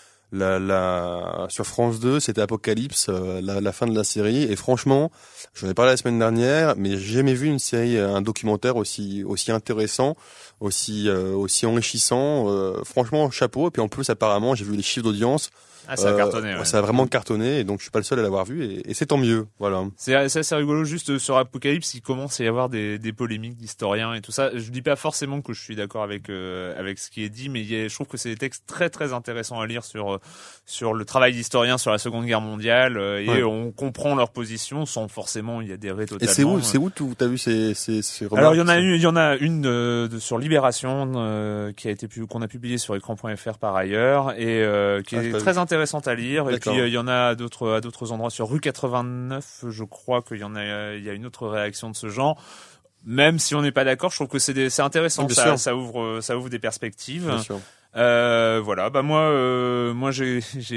sur France 2, c'était Apocalypse, la fin de la série, et franchement, j'en ai parlé la semaine dernière, mais j'ai jamais vu une série, un documentaire aussi intéressant, aussi enrichissant, franchement, chapeau. Et puis en plus, apparemment, j'ai vu les chiffres d'audience.
Ah, ça a cartonné, ouais.
Ça a vraiment cartonné, et donc je suis pas le seul à l'avoir vu, et c'est tant mieux, voilà.
C'est assez rigolo, juste sur Apocalypse, il commence à y avoir des polémiques d'historiens et tout ça. Je dis pas forcément que je suis d'accord avec ce qui est dit, mais je trouve que c'est des textes très très intéressants à lire sur le travail d'historiens sur la Seconde Guerre mondiale, et on comprend leur position sans forcément y adhérer totalement.
Et c'est où t'as vu ces remarques?
Alors il y en a une sur Libération qu'on a publiée sur écran.fr par ailleurs, et qui est très intéressante à lire. Et puis il y en a à d'autres endroits sur Rue 89, je crois qu'il y a une autre réaction de ce genre. Même si on n'est pas d'accord, je trouve que c'est intéressant. Ça ouvre des perspectives.
Bien sûr.
Voilà. Bah moi j'ai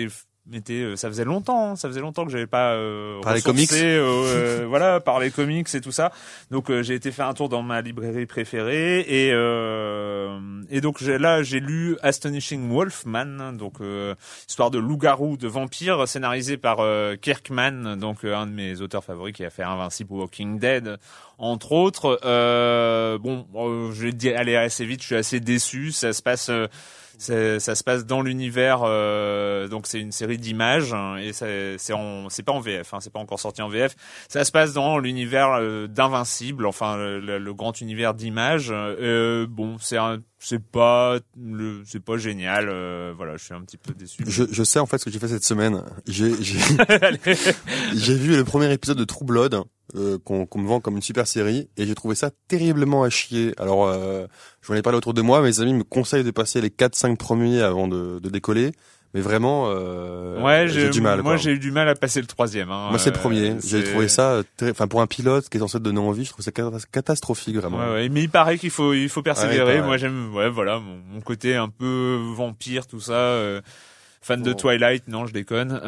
ça faisait longtemps que j'avais pas
par les comics,
par les comics et tout ça. Donc j'ai été faire un tour dans ma librairie préférée, et donc j'ai lu Astonishing Wolfman, donc histoire de loup-garou, de vampire, scénarisé par Kirkman, donc un de mes auteurs favoris qui a fait Invincible, Walking Dead entre autres. Je vais aller assez vite, je suis assez déçu. Ça se passe dans l'univers, donc c'est une série d'images, et c'est pas en VF, c'est pas encore sorti en VF. Ça se passe dans l'univers d'Invincible, le grand univers d'images. C'est pas génial, je suis un petit peu déçu.
Je sais en fait ce que j'ai fait cette semaine. J'ai vu le premier épisode de True Blood, qu'on me vend comme une super série, et j'ai trouvé ça terriblement à chier. Alors j'en ai parlé autour de moi, mes amis me conseillent de passer les 4-5 premiers avant de décoller. Mais vraiment, j'ai du mal.
Moi, j'ai eu du mal à passer le troisième.
Moi, c'est le premier. J'ai trouvé ça, pour un pilote qui est censé te donner envie, je trouve ça catastrophique, vraiment.
Ouais, mais il paraît qu'il faut persévérer. Moi, j'aime, mon côté un peu vampire, tout ça. Fan de Twilight, non, je déconne.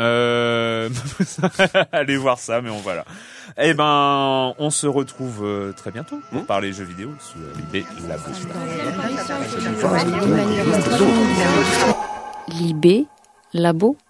Allez voir ça, mais voilà. Eh ben, on se retrouve très bientôt pour parler jeux vidéo sur Libé Labo.
Libé Labo.